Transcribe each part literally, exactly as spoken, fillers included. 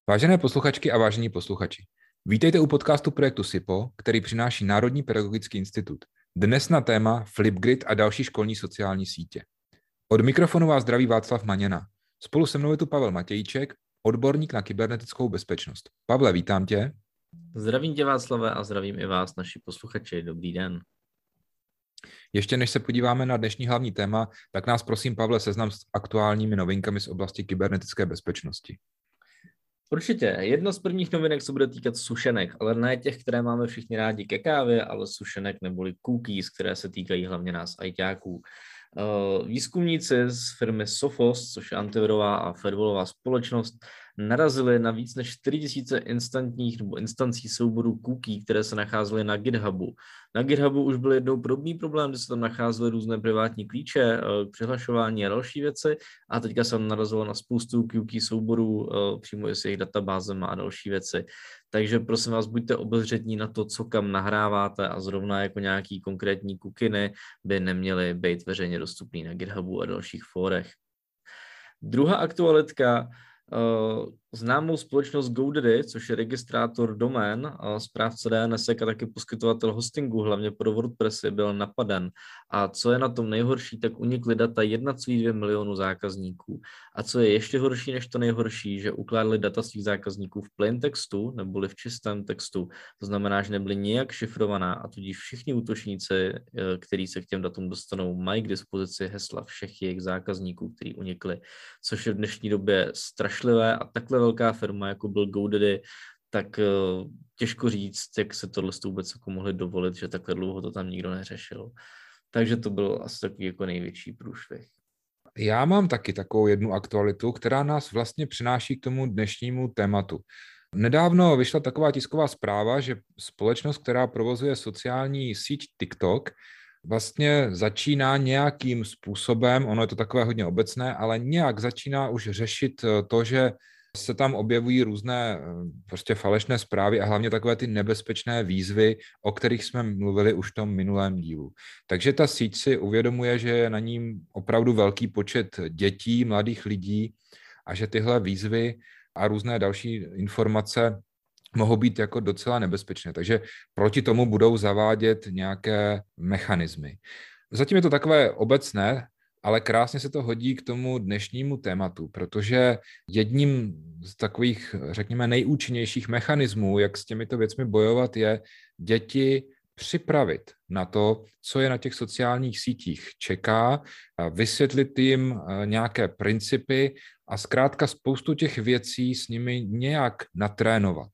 Vážené posluchačky a vážení posluchači, vítejte u podcastu projektu SIPO, který přináší Národní pedagogický institut. Dnes na téma Flipgrid a další školní sociální sítě. Od mikrofonu vás zdraví Václav Maněna. Spolu se mnou je tu Pavel Matějček, odborník na kybernetickou bezpečnost. Pavle, vítám tě. Zdravím tě, Václave, a zdravím i vás, naši posluchači. Dobrý den. Ještě než se podíváme na dnešní hlavní téma, tak nás prosím, Pavle, seznam s aktuálními novinkami z oblasti kybernetické bezpečnosti. Určitě. Jedna z prvních novinek se bude týkat sušenek, ale ne těch, které máme všichni rádi ke kávě, ale sušenek neboli cookies, které se týkají hlavně nás ajťáků. Výzkumníci z firmy Sophos, což je antivirová a firewallová společnost, narazili na víc než čtyři tisíce instantních nebo instancí souborů cookie, které se nacházely na GitHubu. Na GitHubu už byl jednou podobný problém, kdy se tam nacházely různé privátní klíče k přihlašování a další věci, a teďka se tam narazilo na spoustu cookie souborů přímo i s jejich databázemi a další věci. Takže prosím vás, buďte obezřetní na to, co kam nahráváte, a zrovna jako nějaký konkrétní cookiny by neměly být veřejně dostupný na GitHubu a dalších fórech. Druhá aktualitka. Známou společnost GoDaddy, což je registrátor domén, správce D N S a taky poskytovatel hostingu, hlavně pro WordPressy, byl napaden. A co je na tom nejhorší, tak unikly data jedna celá dvě milionu zákazníků. A co je ještě horší než to nejhorší, že ukládali data svých zákazníků v plain textu, neboli v čistém textu. To znamená, že nebyly nijak šifrovaná, a tudíž všichni útočníci, kteří se k těm datům dostanou, mají k dispozici hesla všech jejich zákazníků, kteří unikli. Což je v dnešní době strašlivé, a takhle velká firma, jako byl GoDaddy, tak uh, těžko říct, jak se tohle vůbec jako mohli dovolit, že takhle dlouho to tam nikdo neřešil. Takže to byl asi takový jako největší průšvih. Já mám taky takovou jednu aktualitu, která nás vlastně přináší k tomu dnešnímu tématu. Nedávno vyšla taková tisková zpráva, že společnost, která provozuje sociální síť TikTok, vlastně začíná nějakým způsobem, ono je to takové hodně obecné, ale nějak začíná už řešit to, že se tam objevují různé prostě falešné zprávy a hlavně takové ty nebezpečné výzvy, o kterých jsme mluvili už v tom minulém dílu. Takže ta síť si uvědomuje, že je na ním opravdu velký počet dětí, mladých lidí, a že tyhle výzvy a různé další informace mohou být jako docela nebezpečné. Takže proti tomu budou zavádět nějaké mechanismy. Zatím je to takové obecné, ale krásně se to hodí k tomu dnešnímu tématu, protože jedním z takových, řekněme, nejúčinnějších mechanismů, jak s těmito věcmi bojovat, je děti připravit na to, co je na těch sociálních sítích čeká, vysvětlit jim nějaké principy a zkrátka spoustu těch věcí s nimi nějak natrénovat.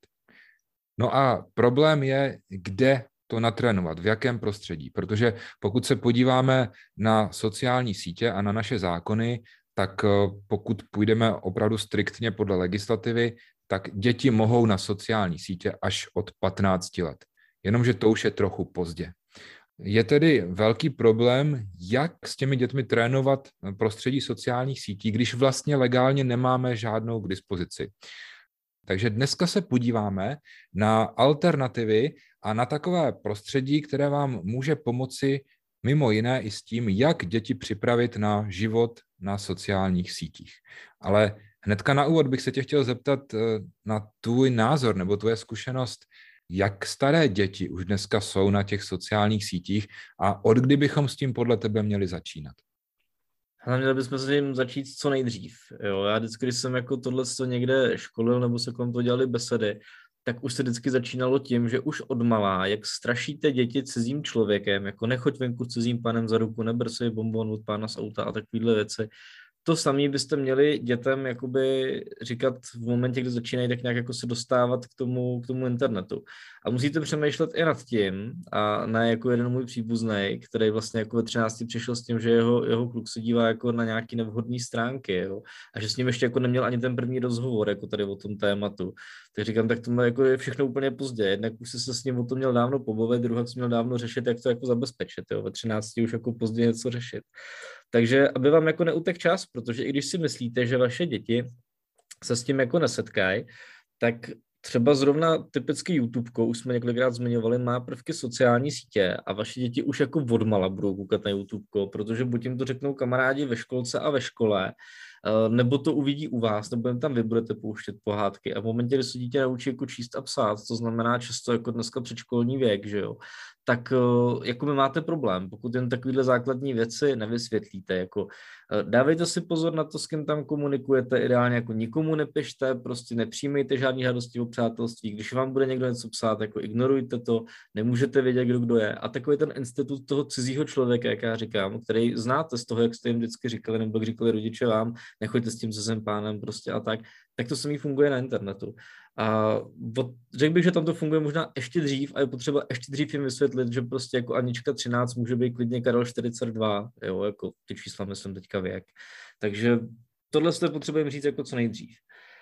No a problém je, kde to natrénovat, v jakém prostředí, protože pokud se podíváme na sociální sítě a na naše zákony, tak pokud půjdeme opravdu striktně podle legislativy, tak děti mohou na sociální sítě až od patnácti let. Jenomže to už je trochu pozdě. Je tedy velký problém, jak s těmi dětmi trénovat prostředí sociálních sítí, když vlastně legálně nemáme žádnou k dispozici. Takže dneska se podíváme na alternativy a na takové prostředí, které vám může pomoci mimo jiné i s tím, jak děti připravit na život na sociálních sítích. Ale hnedka na úvod bych se tě chtěl zeptat na tvůj názor nebo tvoje zkušenost, jak staré děti už dneska jsou na těch sociálních sítích a od kdy bychom s tím podle tebe měli začínat? Ale měli bychom se jim začít co nejdřív. Jo? Já vždycky, když jsem jako tohle někde školil nebo se kolem toho dělali besedy, tak už se vždycky začínalo tím, že už odmalá, jak strašíte děti cizím člověkem, jako nechoď venku s cizím panem za ruku, neber si bonbon od pána z auta a takovýhle věci. To samé byste měli dětem jakoby říkat v momentě, kdy začínají tak nějak jako se dostávat k tomu, k tomu internetu. A musíte přemýšlet i nad tím, a ne jako jeden můj příbuzný, který vlastně jako ve třinácti přišel s tím, že jeho, jeho kluk se dívá jako na nějaký nevhodné stránky, jo? A že s ním ještě jako neměl ani ten první rozhovor, jako tady o tom tématu. Tak říkám, tak to jako je všechno úplně pozdě. Jednak už se s ním o tom měl dávno pobavit, druhá si měl dávno řešit, jak to jako zabezpečit. Jo? Ve třinácti už jako pozdě něco řešit. Takže aby vám jako neutek čas, protože i když si myslíte, že vaše děti se s tím jako nesetkají, tak třeba zrovna typický YouTube, už jsme několikrát zmiňovali, má prvky sociální sítě a vaše děti už jako odmala budou koukat na YouTube, protože buď jim to řeknou kamarádi ve školce a ve škole, nebo to uvidí u vás, nebo jen tam vy budete pouštět pohádky a v momentě, kdy se dítě naučí jako číst a psát, to znamená často jako dneska předškolní věk, že jo, tak jako my máte problém, pokud jen takovýhle základní věci nevysvětlíte, jako dávejte si pozor na to, s kým tam komunikujete, ideálně jako nikomu nepište, prostě nepřijímejte žádný žádosti o přátelství, když vám bude někdo něco psát, jako ignorujte to, nemůžete vědět, kdo kdo je a takový ten institut toho cizího člověka, jak já říkám, který znáte z toho, jak jste jim vždycky říkali, nebo jak říkali rodiče vám, nechoďte s tím cizím pánem prostě a tak, tak to samý funguje na internetu. A od, řekl bych, že tam to funguje možná ještě dřív a je potřeba ještě dřív jim vysvětlit, že prostě jako Anička třináct může být klidně Karel čtyřicet dva, jo, jako ty čísla myslím teďka věk. Takže tohle je potřeba jim říct jako co nejdřív.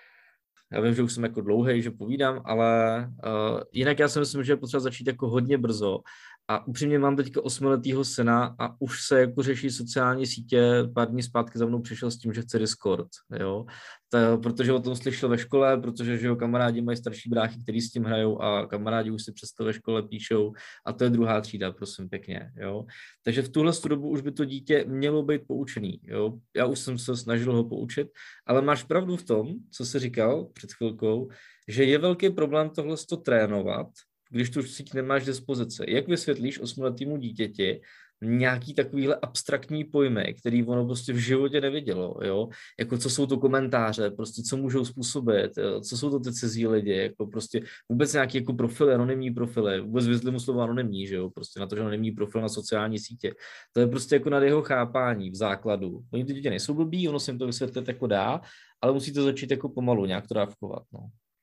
Já vím, že už jsem jako dlouhej, že povídám, ale uh, jinak já si myslím, že je potřeba začít jako hodně brzo. A upřímně mám teďka osmiletýho syna a už se jako řeší sociální sítě. Pár dní zpátky za mnou přišel s tím, že chce Discord, jo. Ta, protože o tom slyšel ve škole, protože že jo, kamarádi mají starší bráchy, který s tím hrajou a kamarádi už si přesto ve škole píšou a to je druhá třída, prosím pěkně, jo. Takže v tuhle dobu už by to dítě mělo být poučený, jo. Já už jsem se snažil ho poučit, ale máš pravdu v tom, co jsi říkal před chvilkou, že je velký problém tohle to trénovat, když tu síť nemáš dispozici. Jak vysvětlíš osmiletýmu dítěti nějaký takovýhle abstraktní pojmy, který ono prostě v životě nevidělo, jo? Jako co jsou to komentáře, prostě co můžou způsobit, jo? Co jsou to ty cizí lidi, jako prostě vůbec nějaký jako profily, anonymní profily, vůbec vyzli mu slovo anonymní, že jo? Prostě na to, že anonymní profil na sociální sítě. To je prostě jako nad jeho chápání v základu. Oni ty děti nejsou blbí, ono se jim to vysvětlit jako dá, ale musíte začít jako pomalu nějak to dávkovat, no.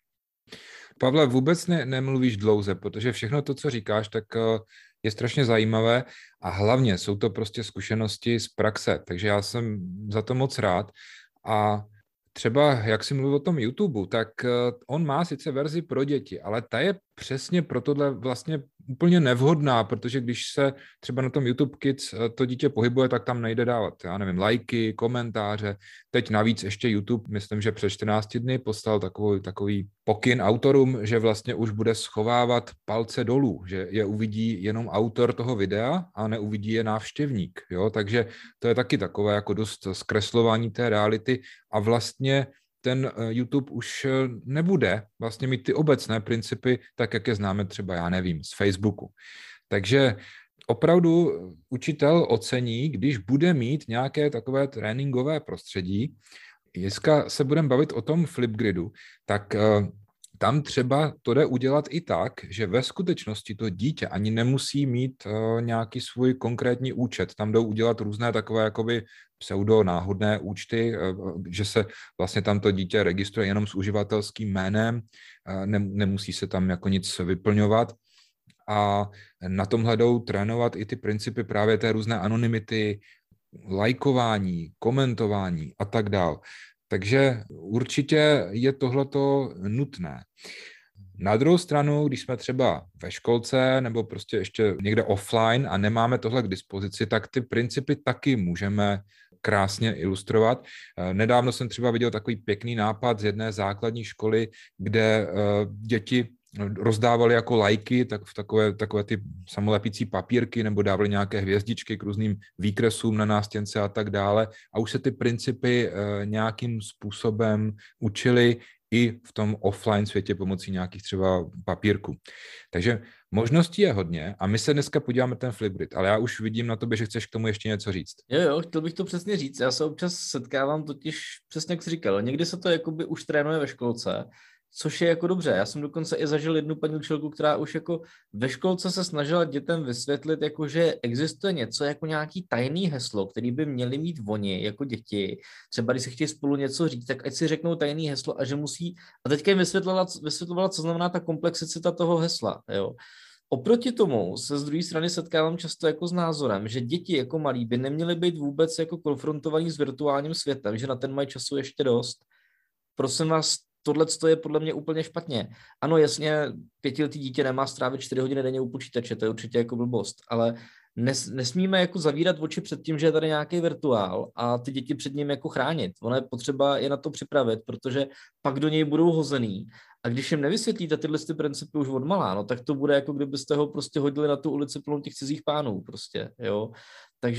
Pavle, vůbec ne, nemluvíš dlouze, protože všechno to, co říkáš, tak je strašně zajímavé a hlavně jsou to prostě zkušenosti z praxe, takže já jsem za to moc rád a třeba, jak jsi mluvil o tom YouTube, tak on má sice verzi pro děti, ale ta je přesně pro tohle vlastně úplně nevhodná, protože když se třeba na tom YouTube Kids to dítě pohybuje, tak tam nejde dávat, já nevím, lajky, komentáře. Teď navíc ještě YouTube, myslím, že před čtrnácti dny poslal takový, takový pokyn autorům, že vlastně už bude schovávat palce dolů, že je uvidí jenom autor toho videa a neuvidí je návštěvník. Jo? Takže to je taky takové jako dost zkreslování té reality a vlastně ten YouTube už nebude vlastně mít ty obecné principy, tak jak je známe třeba, já nevím, z Facebooku. Takže opravdu učitel ocení, když bude mít nějaké takové tréninkové prostředí. Dneska se budeme bavit o tom Flipgridu, tak tam třeba to jde udělat i tak, že ve skutečnosti to dítě ani nemusí mít uh, nějaký svůj konkrétní účet. Tam jdou udělat různé takové jakoby pseudo-náhodné účty, uh, že se vlastně tam to dítě registruje jenom s uživatelským jménem, uh, ne, nemusí se tam jako nic vyplňovat. A na tomhle jdou trénovat i ty principy právě té různé anonymity, lajkování, komentování a tak dál. Takže určitě je tohleto nutné. Na druhou stranu, když jsme třeba ve školce nebo prostě ještě někde offline a nemáme tohle k dispozici, tak ty principy taky můžeme krásně ilustrovat. Nedávno jsem třeba viděl takový pěkný nápad z jedné základní školy, kde děti rozdávali jako lajky tak v takové, takové ty samolepící papírky nebo dávali nějaké hvězdičky k různým výkresům na nástěnce a tak dále. A už se ty principy e, nějakým způsobem učili i v tom offline světě pomocí nějakých třeba papírků. Takže možností je hodně a my se dneska podíváme ten Flipgrid, ale já už vidím na tobě, že chceš k tomu ještě něco říct. Jo, jo, chtěl bych to přesně říct. Já se občas setkávám totiž, přesně jak jsi říkal, někdy se to jakoby už trénuje ve školce, což je jako dobře. Já jsem dokonce i zažil jednu paní učitelku, která už jako ve školce se snažila dětem vysvětlit, jako že existuje něco jako nějaký tajný heslo, který by měli mít oni jako děti. Třeba když se chtějí spolu něco říct, tak ať si řeknou tajný heslo a že musí... A teďka jim vysvětlovala, vysvětlovala, co znamená ta komplexicita toho hesla, jo. Oproti tomu se z druhé strany setkávám často jako s názorem, že děti jako malí by neměly být vůbec jako konfrontovaní s virtuálním světem, že na ten mají času ještě dost. Prosím vás, tohle je podle mě úplně špatně. Ano, jasně, pětiletý dítě nemá strávit čtyři hodiny denně u počítače, to je určitě jako blbost, ale nes, nesmíme jako zavírat oči před tím, že je tady nějaký virtuál a ty děti před ním jako chránit. Ono je potřeba je na to připravit, protože pak do něj budou hozený a když jim nevysvětlíte tyhle ty principy už odmalá, no tak to bude jako kdybyste ho prostě hodili na tu ulici plnou těch cizích pánů prostě, jo. Takže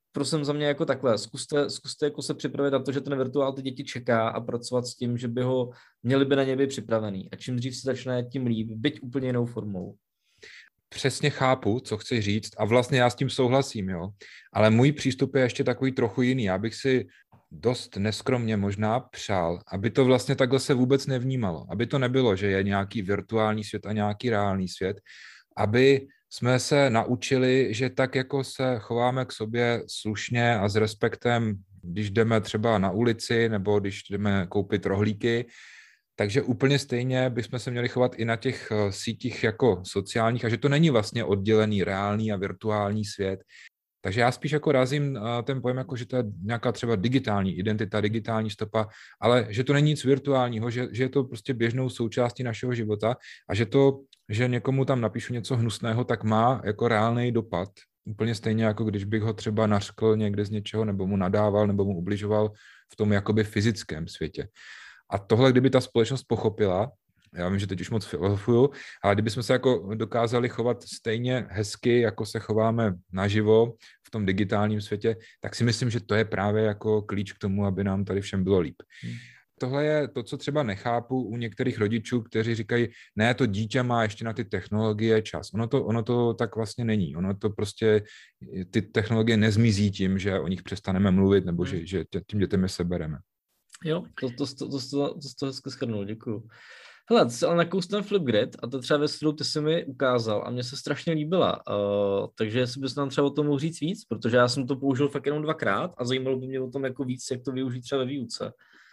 prosím za mě jako takhle, zkuste, zkuste jako se připravit na to, že ten virtuál ty děti čeká a pracovat s tím, že by ho měli by na ně být připravený. A čím dřív se začne, tím líp, byť úplně jinou formou. Přesně chápu, co chci říct a vlastně já s tím souhlasím, jo. Ale můj přístup je ještě takový trochu jiný. Já bych si dost neskromně možná přál, aby to vlastně takhle se vůbec nevnímalo. Aby to nebylo, že je nějaký virtuální svět a nějaký reálný svět. Aby jsme se naučili, že tak, jako se chováme k sobě slušně a s respektem, když jdeme třeba na ulici nebo když jdeme koupit rohlíky, takže úplně stejně bychom se měli chovat i na těch sítích jako sociálních a že to není vlastně oddělený reálný a virtuální svět. Takže já spíš jako razím ten pojem, jako že to je nějaká třeba digitální identita, digitální stopa, ale že to není nic virtuálního, že, že je to prostě běžnou součástí našeho života a že to, že někomu tam napíšu něco hnusného, tak má jako reálný dopad. Úplně stejně jako když bych ho třeba nařkl někde z něčeho, nebo mu nadával, nebo mu ubližoval v tom jakoby fyzickém světě. A tohle, kdyby ta společnost pochopila, já vím, že teď už moc filozofuju, ale kdybychom se jako dokázali chovat stejně hezky, jako se chováme naživo v tom digitálním světě, tak si myslím, že to je právě jako klíč k tomu, aby nám tady všem bylo líp. Hmm. Tohle je to, co třeba nechápu u některých rodičů, kteří říkají, ne, to dítě má ještě na ty technologie čas. Ono to, ono to tak vlastně není. Ono to prostě, ty technologie nezmizí tím, že o nich přestaneme mluvit, nebo hmm. že, že tím dětem je sebereme. Jo, to, to, to, to, to, to, to hezky shrnul, děkuju. Hele, ty jsi ale nakous ten Flipgrid a to třeba věc, kterou ty jsi mi ukázal a mně se strašně líbila, uh, takže jestli bys nám třeba o tom mohl říct víc, protože já jsem to použil fakt jenom dvakrát a zajímalo by mě o tom jako víc, jak to využít třeba ve výuce.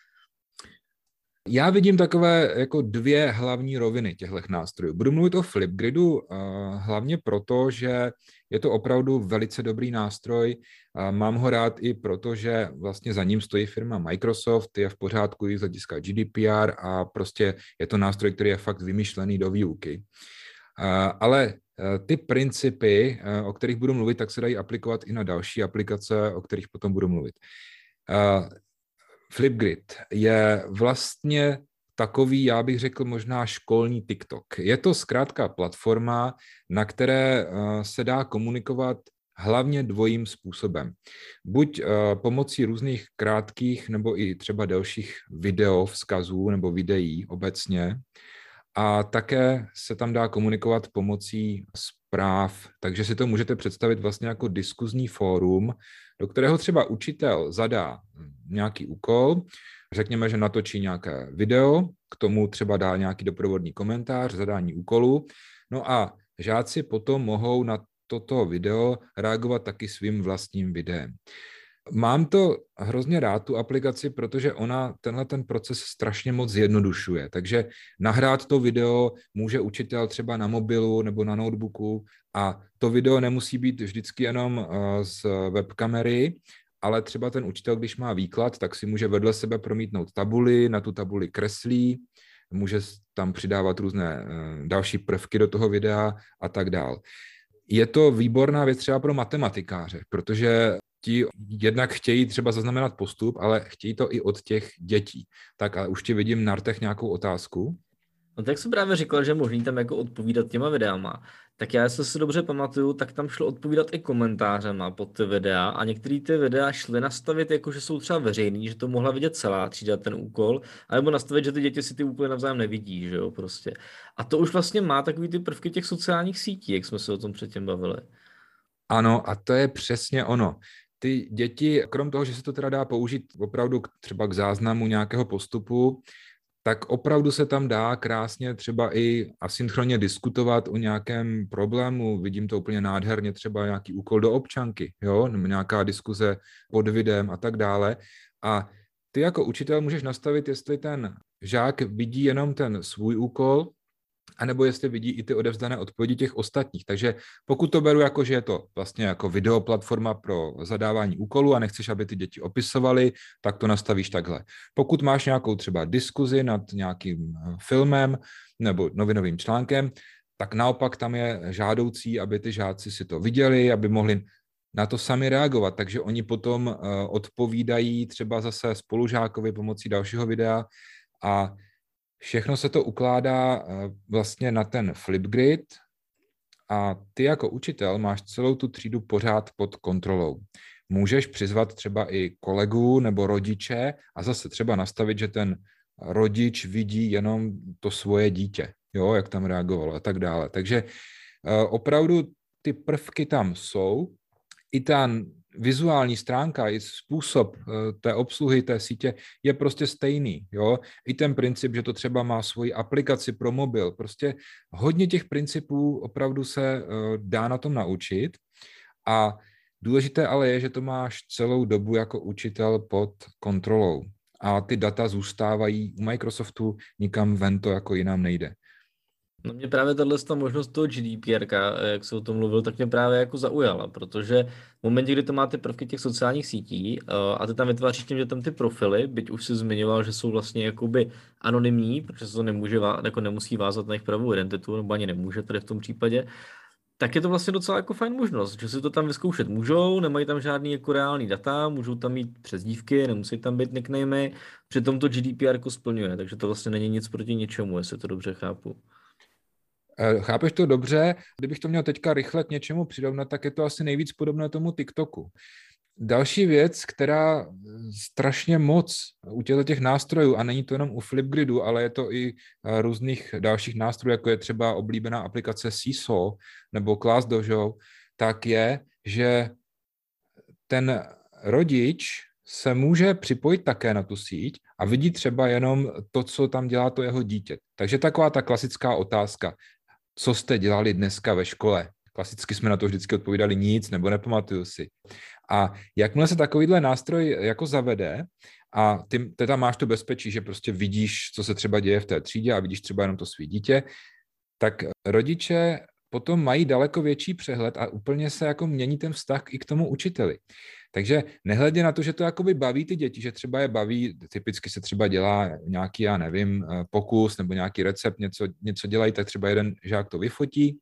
Já vidím takové jako dvě hlavní roviny těchto nástrojů. Budu mluvit o Flipgridu hlavně proto, že je to opravdu velice dobrý nástroj. Mám ho rád i proto, že vlastně za ním stojí firma Microsoft, je v pořádku i z hlediska G D P R a prostě je to nástroj, který je fakt vymyšlený do výuky. Ale ty principy, o kterých budu mluvit, tak se dají aplikovat i na další aplikace, o kterých potom budu mluvit. Flipgrid je vlastně takový, já bych řekl, možná školní TikTok. Je to zkrátka platforma, na které se dá komunikovat hlavně dvojím způsobem. Buď pomocí různých krátkých nebo i třeba delších video vzkazů nebo videí obecně, a také se tam dá komunikovat pomocí zpráv, takže si to můžete představit vlastně jako diskuzní fórum, do kterého třeba učitel zadá nějaký úkol, řekněme, že natočí nějaké video, k tomu třeba dá nějaký doprovodný komentář, zadání úkolu, no a žáci potom mohou na toto video reagovat taky svým vlastním videem. Mám to hrozně rád, tu aplikaci, protože ona tenhle ten proces strašně moc zjednodušuje. Takže nahrát to video může učitel třeba na mobilu nebo na notebooku a to video nemusí být vždycky jenom z webkamery, ale třeba ten učitel, když má výklad, tak si může vedle sebe promítnout tabuli, na tu tabuli kreslí, může tam přidávat různé další prvky do toho videa a tak dál. Je to výborná věc třeba pro matematikáře, protože ti jednak chtějí třeba zaznamenat postup, ale chtějí to i od těch dětí. Tak a už ti vidím na rtech nějakou otázku. No tak jsem právě říkal, že je možný tam jako odpovídat těma videama. Tak já, jestli si dobře pamatuju, tak tam šlo odpovídat i komentářema pod ty videa a některé ty videa šly nastavit jako, že jsou třeba veřejný, že to mohla vidět celá třída ten úkol, anebo nastavit, že ty děti si ty úkoly navzájem nevidí, že jo, prostě. A to už vlastně má takový ty prvky těch sociálních sítí, jak jsme se o tom předtím bavili. Ano, a to je přesně ono. Ty děti, krom toho, že se to teda dá použít opravdu třeba k záznamu nějakého postupu, tak opravdu se tam dá krásně třeba i asynchronně diskutovat o nějakém problému. Vidím to úplně nádherně, třeba nějaký úkol do občanky, jo? Nebo nějaká diskuze pod videem a tak dále. A ty jako učitel můžeš nastavit, jestli ten žák vidí jenom ten svůj úkol, anebo jestli vidí i ty odevzdané odpovědi těch ostatních. Takže pokud to beru jako, že je to vlastně jako videoplatforma pro zadávání úkolů a nechceš, aby ty děti opisovaly, tak to nastavíš takhle. Pokud máš nějakou třeba diskuzi nad nějakým filmem nebo novinovým článkem, tak naopak tam je žádoucí, aby ty žáci si to viděli, aby mohli na to sami reagovat. Takže oni potom odpovídají třeba zase spolužákovi pomocí dalšího videa a všechno se to ukládá vlastně na ten Flipgrid a ty jako učitel máš celou tu třídu pořád pod kontrolou. můžeš přizvat třeba i kolegu nebo rodiče a zase třeba nastavit, že ten rodič vidí jenom to svoje dítě, jo, jak tam reagovalo a tak dále. Takže uh, opravdu ty prvky tam jsou, i ta vizuální stránka, i způsob uh, té obsluhy té sítě je prostě stejný, jo. I ten princip, že to třeba má svoji aplikaci pro mobil, prostě hodně těch principů opravdu se uh, dá na tom naučit a důležité ale je, že to máš celou dobu jako učitel pod kontrolou. A ty data zůstávají u Microsoftu, nikam ven to jako jinam nejde. No mě právě tato možnost toho G D P R, jak se o tom mluvil, tak mě právě jako zaujala, protože v momentě, kdy to má ty prvky těch sociálních sítí a ty tam vytváříš tím, že tam ty profily, byť už si zmiňoval, že jsou vlastně jakoby anonymní, protože se to nemůže, jako nemusí vázat na jejich pravou identitu, nebo ani nemůže tady v tom případě, tak je to vlastně docela jako fajn možnost, že si to tam vyzkoušet můžou, nemají tam žádný jako reální data, můžou tam mít přezdívky, nemusí tam být nicknamey, přitom to G D P R jako splňuje, takže to vlastně není nic proti ničemu, jestli to dobře chápu. Chápeš to dobře? Kdybych to měl teďka rychle k něčemu přirovnat, tak je to asi nejvíc podobné tomu TikToku. Další věc, která strašně moc u těchto těch nástrojů, a není to jenom u Flipgridu, ale je to i různých dalších nástrojů, jako je třeba oblíbená aplikace Seesaw nebo Class Dojo, tak je, že ten rodič se může připojit také na tu síť a vidí třeba jenom to, co tam dělá to jeho dítě. Takže taková ta klasická otázka, co jste dělali dneska ve škole? Klasicky jsme na to vždycky odpovídali nic, nebo nepamatuju si. A jakmile se takovýhle nástroj jako zavede a ty teda máš to bezpečí, že prostě vidíš, co se třeba děje v té třídě a vidíš třeba jenom to svý dítě, tak rodiče potom mají daleko větší přehled a úplně se jako mění ten vztah i k tomu učiteli. Takže nehledě na to, že to jakoby baví ty děti, že třeba je baví, typicky se třeba dělá nějaký, já nevím, pokus nebo nějaký recept, něco, něco dělají, tak třeba jeden žák to vyfotí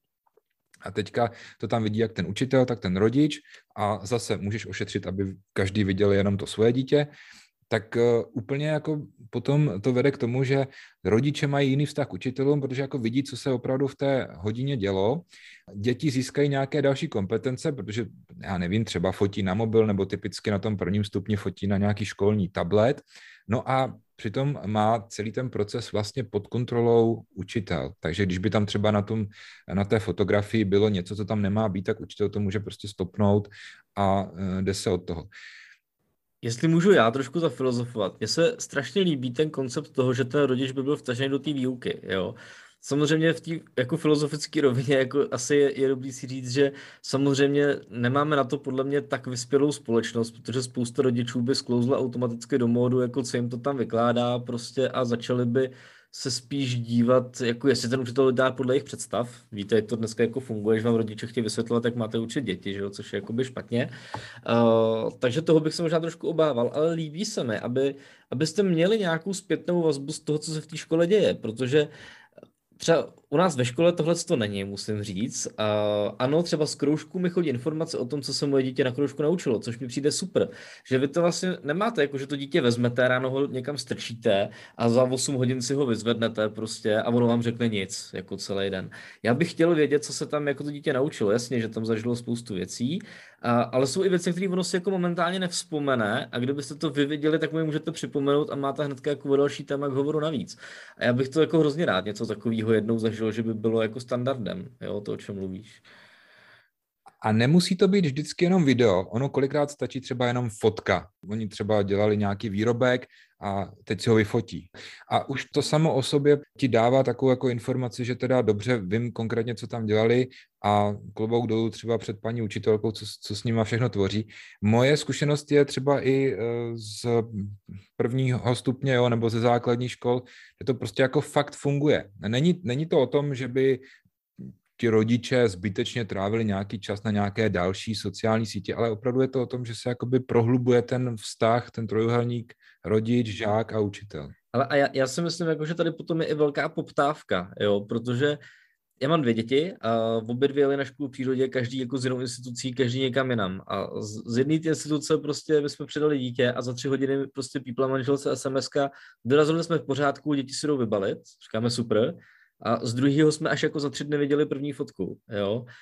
a teďka to tam vidí jak ten učitel, tak ten rodič a zase můžeš ošetřit, aby každý viděl jenom to svoje dítě, tak uh, úplně jako potom to vede k tomu, že rodiče mají jiný vztah k učitelům, protože jako vidí, co se opravdu v té hodině dělo. Děti získají nějaké další kompetence, protože já nevím, třeba fotí na mobil nebo typicky na tom prvním stupni fotí na nějaký školní tablet. No a přitom má celý ten proces vlastně pod kontrolou učitel. Takže když by tam třeba na, tom, na té fotografii bylo něco, co tam nemá být, tak učitel to může prostě stopnout a uh, jde se od toho. Jestli můžu já trošku zafilozofovat, mně se strašně líbí ten koncept toho, že ten rodič by byl vtažený do té výuky, jo. Samozřejmě v té jako filozofické rovině jako asi je, je dobrý si říct, že samozřejmě nemáme na to podle mě tak vyspělou společnost, protože spousta rodičů by sklouzla automaticky do módu, jako co jim to tam vykládá prostě a začali by se spíš dívat, jako jestli ten učitel dá podle jejich představ. Víte, jak to dneska jako funguje, že vám rodiče chtějí vysvětlovat, jak máte učit děti, že jo? Což je jakoby špatně. Uh, takže toho bych se možná trošku obával, ale líbí se mi, aby, abyste měli nějakou zpětnou vazbu z toho, co se v té škole děje, protože třeba u nás ve škole tohle to není, musím říct. Uh, ano, třeba z kroužku mi chodí informace o tom, co se moje dítě na kroužku naučilo, což mi přijde super. Že vy to vlastně nemáte, jako že to dítě vezmete, ráno ho někam strčíte a za osm hodin si ho vyzvednete prostě a ono vám řekne nic, jako celý den. Já bych chtěl vědět, co se tam jako to dítě naučilo. Jasně, že tam zažilo spoustu věcí, uh, ale jsou i věci, které ono si jako momentálně nevzpomene a kdybyste to vy viděli, tak mu je můžete připomenout a máte hnedka jako další téma k hovoru navíc. A já bych to jako hrozně rád něco takového jednou zažil, že by bylo jako standardem, jo, to, o čem mluvíš. A nemusí to být vždycky jenom video, ono kolikrát stačí třeba jenom fotka. Oni třeba dělali nějaký výrobek a teď si ho vyfotí. A už to samo o sobě ti dává takovou jako informaci, že teda dobře vím konkrétně, co tam dělali a klobouk dolů třeba před paní učitelkou, co, co s nima všechno tvoří. Moje zkušenost je třeba i z prvního stupně, jo, nebo ze základních škol, že to prostě jako fakt funguje. Není, není to o tom, že by ti rodiče zbytečně trávili nějaký čas na nějaké další sociální sítě, ale opravdu je to o tom, že se jakoby prohlubuje ten vztah, ten trojuhelník rodič, žák a učitel. Ale a já, já si myslím, jako, že tady potom je i velká poptávka, jo, protože já mám dvě děti a obě dvě jeli na školu v přírodě, každý jako z jinou institucí, každý někam jinam. A z, z jedné instituce prostě my jsme přidali dítě a za tři hodiny prostě pípla manželce es em eska, dorazili jsme v pořádku, děti si jdou vybalit, říkáme super. A z druhého jsme až jako za tři dny viděli první fotku, jo.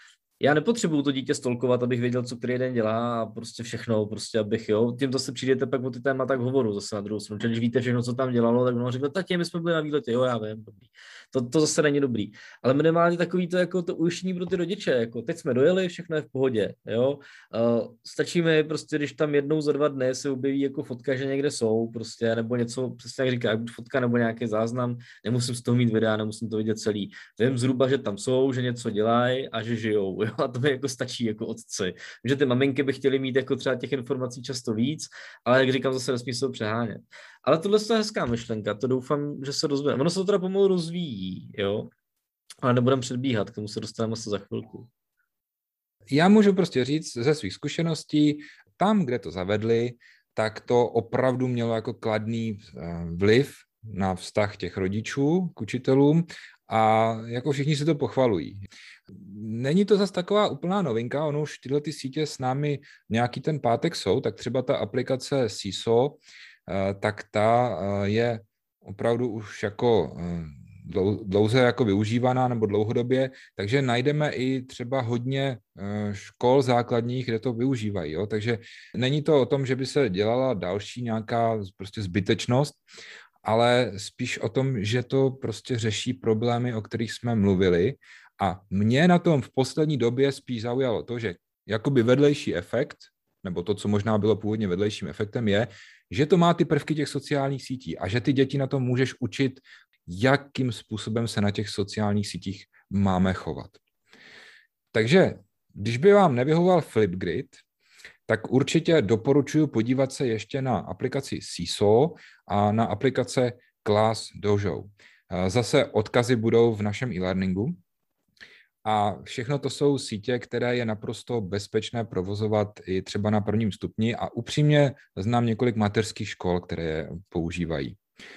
Já nepotřebuju to dítě stolkovat, abych věděl, co který den dělá a prostě všechno, prostě abych, jo. Tímto se přijdete pak o ty témata k hovoru zase na druhou stranu. Když víte všechno, co tam dělalo, tak ono řekl, tati, my jsme byli na výletě, jo, já vím, dobrý. To, to zase není dobrý. Ale minimálně takový to, jako to ujištění pro ty rodiče, jako teď jsme dojeli, všechno je v pohodě, jo. Uh, stačí mi prostě, když tam jednou za dva dny se objeví jako fotka, že někde jsou, prostě, nebo něco, přesně jak říká, buď fotka nebo nějaký záznam, nemusím z toho mít videa, nemusím to vidět celý. Vím zhruba, že tam jsou, že něco dělají a že žijou, jo. A to mi jako stačí jako otci. Že ty maminky by chtěly mít jako třeba těch informací často víc, ale jak říkám, zase nesmí se to přehánět. Ale tohle je hezká myšlenka, to doufám, že se rozvíjí. Ono se to teda pomalu rozvíjí, jo, ale nebudem předbíhat, k tomu se dostaneme se za chvilku. Já můžu prostě říct ze svých zkušeností, tam, kde to zavedli, tak to opravdu mělo jako kladný vliv na vztah těch rodičů k učitelům a jako všichni si to pochvalují. Není to zase taková úplná novinka, ono už tyhle ty sítě s námi nějaký ten pátek jsou, tak třeba ta aplikace S I S O, tak ta je opravdu už jako dlouze jako využívaná nebo dlouhodobě, takže najdeme i třeba hodně škol základních, kde to využívají. Jo? Takže není to o tom, že by se dělala další nějaká prostě zbytečnost, ale spíš o tom, že to prostě řeší problémy, o kterých jsme mluvili. A mě na tom v poslední době spíš zaujalo to, že jakoby vedlejší efekt, nebo to, co možná bylo původně vedlejším efektem, je, že to má ty prvky těch sociálních sítí a že ty děti na tom můžeš učit, jakým způsobem se na těch sociálních sítích máme chovat. Takže, když by vám nevyhovoval Flipgrid, tak určitě doporučuji podívat se ještě na aplikaci S I S O a na aplikace Class Dojo. Zase odkazy budou v našem e-learningu. A všechno to jsou sítě, které je naprosto bezpečné provozovat i třeba na prvním stupni a upřímně znám několik mateřských škol, které je používají.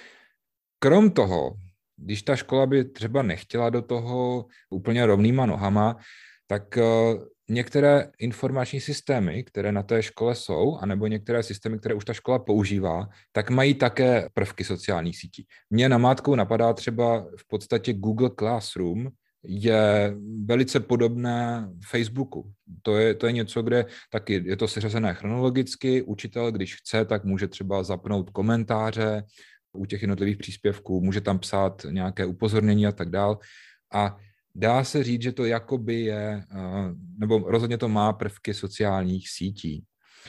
Krom toho, když ta škola by třeba nechtěla do toho úplně rovnýma nohama, tak některé informační systémy, které na té škole jsou, anebo některé systémy, které už ta škola používá, tak mají také prvky sociálních sítí. Mně namátkou napadá třeba v podstatě Google Classroom, je velice podobné Facebooku. To je, to je něco, kde taky je to seřazené chronologicky. Učitel, když chce, tak může třeba zapnout komentáře u těch jednotlivých příspěvků, může tam psát nějaké upozornění a tak dál. A dá se říct, že to jakoby je, nebo rozhodně to má prvky sociálních sítí.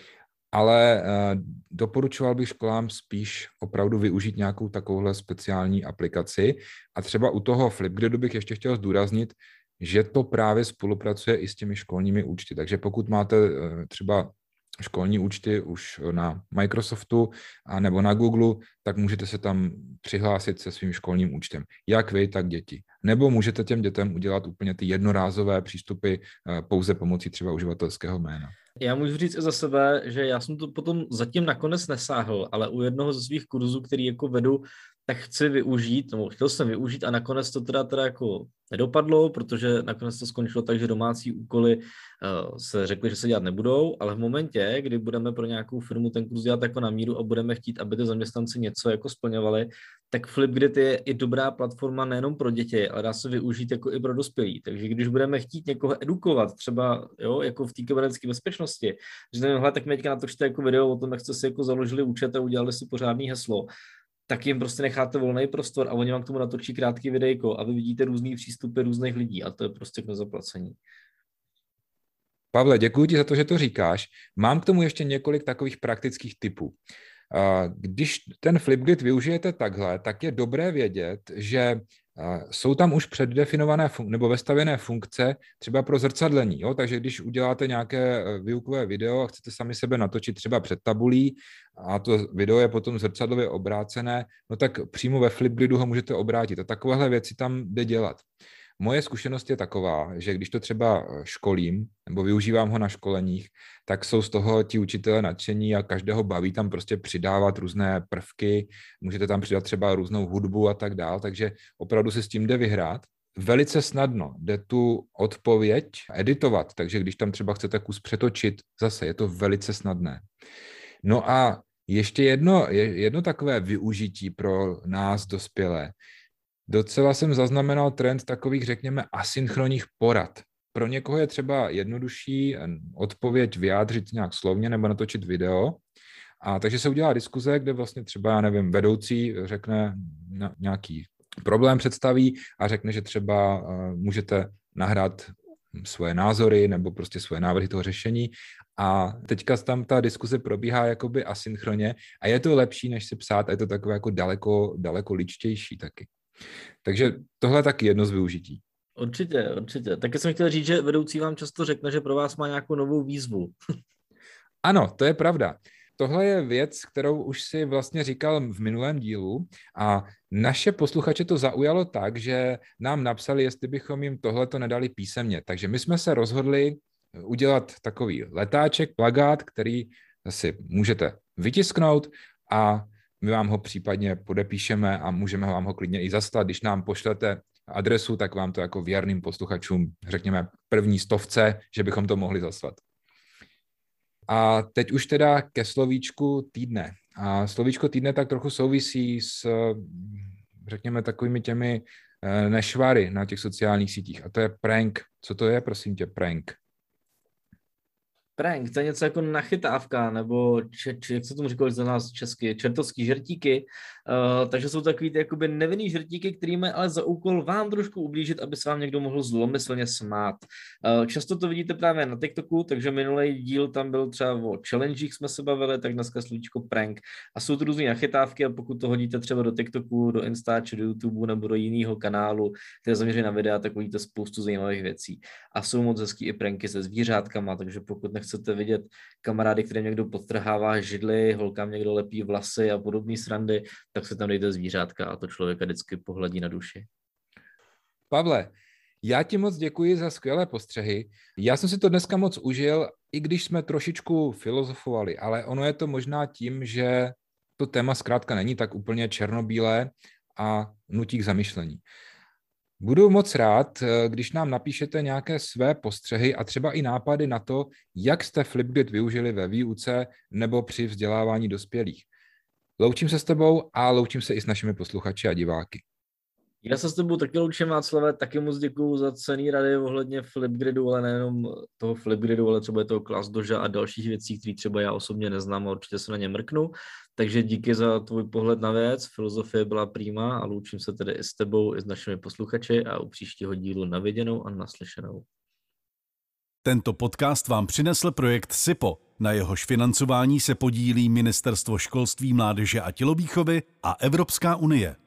Ale doporučoval bych školám spíš opravdu využít nějakou takovouhle speciální aplikaci. A třeba u toho Flipgridu bych ještě chtěl zdůraznit, že to právě spolupracuje i s těmi školními účty. Takže pokud máte třeba školní účty už na Microsoftu a nebo na Google, tak můžete se tam přihlásit se svým školním účtem. Jak vy, tak děti. Nebo můžete těm dětem udělat úplně ty jednorázové přístupy pouze pomocí třeba uživatelského jména. Já můžu říct i za sebe, že já jsem to potom zatím nakonec nesáhl, ale u jednoho ze svých kurzů, který jako vedu, tak chci využít, nebo chtěl jsem využít a nakonec to teda, teda jako nedopadlo, protože nakonec to skončilo tak, že domácí úkoly uh, se řekly, že se dělat nebudou, ale v momentě, kdy budeme pro nějakou firmu ten kurz dělat jako na míru a budeme chtít, aby ty zaměstnanci něco jako splňovali, tak Flipgrid je i dobrá platforma nejenom pro děti, ale dá se využít jako i pro dospělí. Takže když budeme chtít někoho edukovat, třeba jo, jako v té kybernetické bezpečnosti, že nevím, hele, tak mi teďka natočte jako video o tom, jak jste si jako založili účet a udělali si pořádný heslo, tak jim prostě necháte volný prostor a oni vám k tomu natočí krátký videjko a vy vidíte různý přístupy různých lidí a to je prostě k nezaplacení. Pavle, děkuji ti za to, že to říkáš. Mám k tomu ještě několik takových praktických tipů. Když ten Flipgrid využijete takhle, tak je dobré vědět, že jsou tam už předdefinované fun- nebo vestavěné funkce třeba pro zrcadlení. Jo? Takže když uděláte nějaké výukové video a chcete sami sebe natočit třeba před tabulí a to video je potom zrcadlově obrácené, no tak přímo ve Flipgridu ho můžete obrátit. A takovéhle věci tam jde dělat. Moje zkušenost je taková, že když to třeba školím, nebo využívám ho na školeních, tak jsou z toho ti učitelé nadšení a každého baví tam prostě přidávat různé prvky, můžete tam přidat třeba různou hudbu a tak dál, takže opravdu se s tím jde vyhrát. Velice snadno jde tu odpověď editovat, takže když tam třeba chcete kus přetočit, zase je to velice snadné. No a ještě jedno, jedno takové využití pro nás dospělé. Docela jsem zaznamenal trend takových, řekněme, asynchronních porad pro někoho je třeba jednodušší odpověď vyjádřit nějak slovně nebo natočit video. A takže se udělá diskuze, kde vlastně třeba, já nevím, vedoucí řekne nějaký problém představí a řekne, že třeba můžete nahrát svoje názory nebo prostě svoje návrhy toho řešení a teďka tam ta diskuze probíhá jakoby asynchronně a je to lepší, než si psát a je to takové jako daleko, daleko ličtější taky. Takže tohle je taky jedno z využití. Určitě, určitě. Taky jsem chtěl říct, že vedoucí vám často řekne, že pro vás má nějakou novou výzvu. Ano, to je pravda. Tohle je věc, kterou už si vlastně říkal v minulém dílu a naše posluchače to zaujalo tak, že nám napsali, jestli bychom jim tohleto nedali písemně. Takže my jsme se rozhodli udělat takový letáček, plakát, který si můžete vytisknout a my vám ho případně podepíšeme a můžeme vám ho klidně i zaslat. Když nám pošlete adresu, tak vám to jako věrným posluchačům, řekněme první stovce, že bychom to mohli zaslat. A teď už teda ke slovíčku týdne. A slovíčko týdne tak trochu souvisí s, řekněme, takovými těmi nešvary na těch sociálních sítích. A to je prank. Co to je, prosím tě, prank? Prank, to je něco jako nachytávka, nebo če, če, jak se tomu říkalo za nás česky, čertovský žertíky, uh, takže jsou takový ty jakoby nevinný žertíky, který mají ale za úkol vám trošku ublížit, aby se vám někdo mohl zlomyslně smát. Uh, často to vidíte právě na TikToku, takže minulý díl tam byl třeba o challengech jsme se bavili, tak dneska slovíčko prank. A jsou to různé nachytávky a pokud to hodíte třeba do TikToku, do Instači, do YouTube nebo do jiného kanálu, který zaměří na videa, tak vidíte spoustu zajímavých věcí. A jsou moc hezký i pranky se zvířátkama, takže pokud chcete vidět kamarády, kterým někdo podtrhává židli, holkám někdo lepí vlasy a podobné srandy, tak se tam dejte zvířátka a to člověka vždycky pohladí na duši. Pavle, já ti moc děkuji za skvělé postřehy. Já jsem si to dneska moc užil, i když jsme trošičku filozofovali, ale ono je to možná tím, že to téma zkrátka není tak úplně černobílé a nutí k zamyšlení. Budu moc rád, když nám napíšete nějaké své postřehy a třeba i nápady na to, jak jste Flipgrid využili ve výuce nebo při vzdělávání dospělých. Loučím se s tebou a loučím se i s našimi posluchači a diváky. Já se s tebou taky loučím, Václave, taky moc děkuju za cenný rady ohledně Flipgridu, ale nejenom toho Flipgridu, ale třeba je toho ClassDoja a dalších věcí, které třeba já osobně neznám a určitě se na ně mrknu. Takže díky za tvůj pohled na věc, filozofie byla prýma a loučím se tedy i s tebou, i s našimi posluchači a u příštího dílu na viděnou a naslyšenou. Tento podcast vám přinesl projekt SIPO. Na jehož financování se podílí Ministerstvo školství, mládeže a tělovýchovy a Evropská unie.